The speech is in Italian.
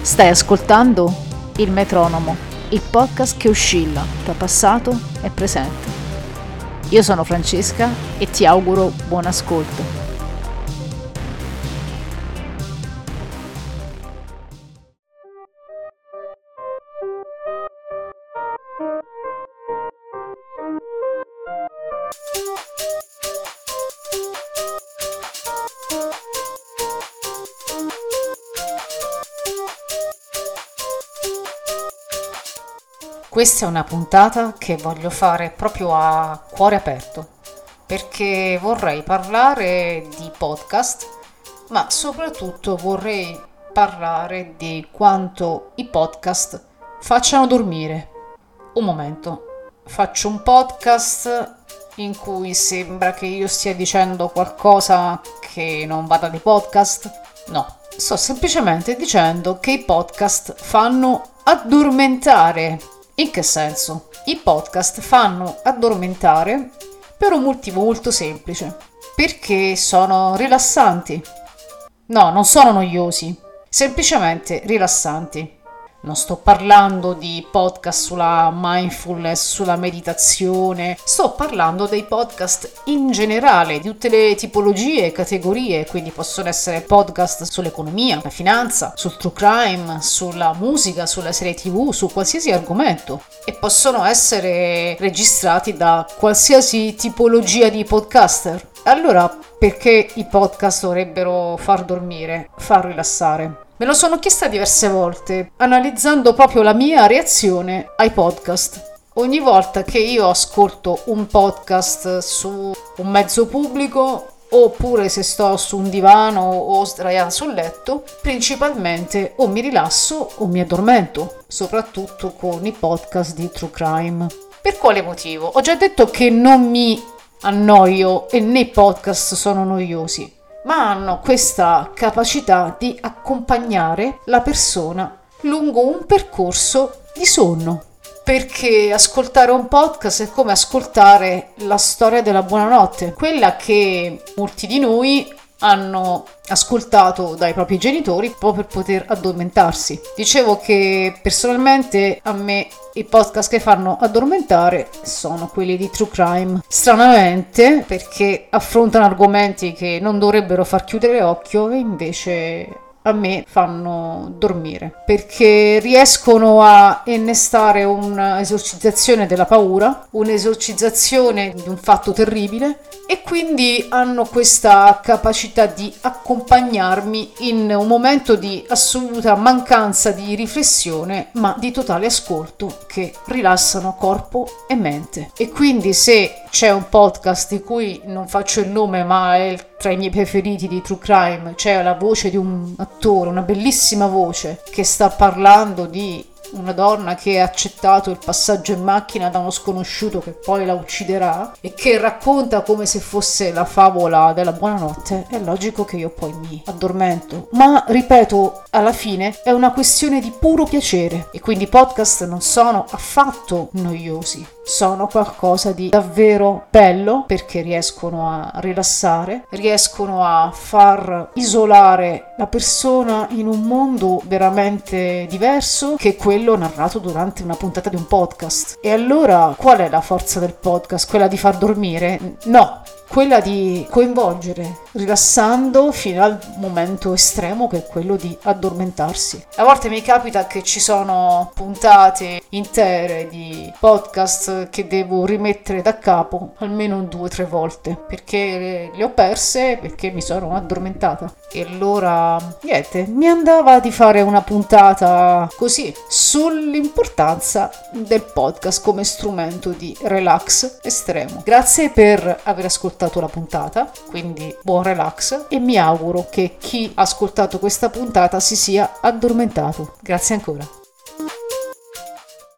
Stai ascoltando Il Metronomo, il podcast che oscilla tra passato e presente. Io sono Francesca e ti auguro buon ascolto. Questa è una puntata che voglio fare proprio a cuore aperto, perché vorrei parlare di podcast, ma soprattutto vorrei parlare di quanto i podcast facciano dormire. Un momento, faccio un podcast in cui sembra che io stia dicendo qualcosa che non vada di podcast? No, sto semplicemente dicendo che i podcast fanno addormentare. In che senso? I podcast fanno addormentare per un motivo molto semplice, perché sono rilassanti. No, non sono noiosi, semplicemente rilassanti. Non sto parlando di podcast sulla mindfulness, sulla meditazione, sto parlando dei podcast in generale, di tutte le tipologie e categorie, quindi possono essere podcast sull'economia, la finanza, sul true crime, sulla musica, sulla serie TV, su qualsiasi argomento, e possono essere registrati da qualsiasi tipologia di podcaster. Allora, perché i podcast dovrebbero far dormire, far rilassare? Me lo sono chiesta diverse volte, analizzando proprio la mia reazione ai podcast. Ogni volta che io ascolto un podcast su un mezzo pubblico, oppure se sto su un divano o sdraiata sul letto, principalmente o mi rilasso o mi addormento, soprattutto con i podcast di true crime. Per quale motivo? Ho già detto che non mi annoio e né i podcast sono noiosi, ma hanno questa capacità di accompagnare la persona lungo un percorso di sonno. Perché ascoltare un podcast è come ascoltare la storia della buonanotte, quella che molti di noi hanno ascoltato dai propri genitori proprio per poter addormentarsi. Dicevo che personalmente a me i podcast che fanno addormentare sono quelli di true crime. Stranamente, perché affrontano argomenti che non dovrebbero far chiudere occhio e invece a me fanno dormire, perché riescono a innestare un'esorcizzazione della paura, un'esorcizzazione di un fatto terribile, e quindi hanno questa capacità di accompagnarmi in un momento di assoluta mancanza di riflessione, ma di totale ascolto, che rilassano corpo e mente. E quindi se c'è un podcast di cui non faccio il nome, ma è tra i miei preferiti di true crime, c'è la voce di un attore, una bellissima voce, che sta parlando di una donna che ha accettato il passaggio in macchina da uno sconosciuto che poi la ucciderà, e che racconta come se fosse la favola della buonanotte, è logico che io poi mi addormento. Ma ripeto, alla fine è una questione di puro piacere, e quindi i podcast non sono affatto noiosi, sono qualcosa di davvero bello, perché riescono a rilassare, riescono a far isolare la persona in un mondo veramente diverso che quello narrato durante una puntata di un podcast. E allora qual è la forza del podcast? Quella di far dormire? No, quella di coinvolgere, rilassando fino al momento estremo che è quello di addormentarsi. A volte mi capita che ci sono puntate intere di podcast che devo rimettere da capo almeno 2 o 3 volte, perché le ho perse, perché mi sono addormentata. E allora niente, mi andava di fare una puntata così sull'importanza del podcast come strumento di relax estremo. Grazie per aver ascoltato la puntata, quindi buon relax, e mi auguro che chi ha ascoltato questa puntata si sia addormentato. Grazie ancora.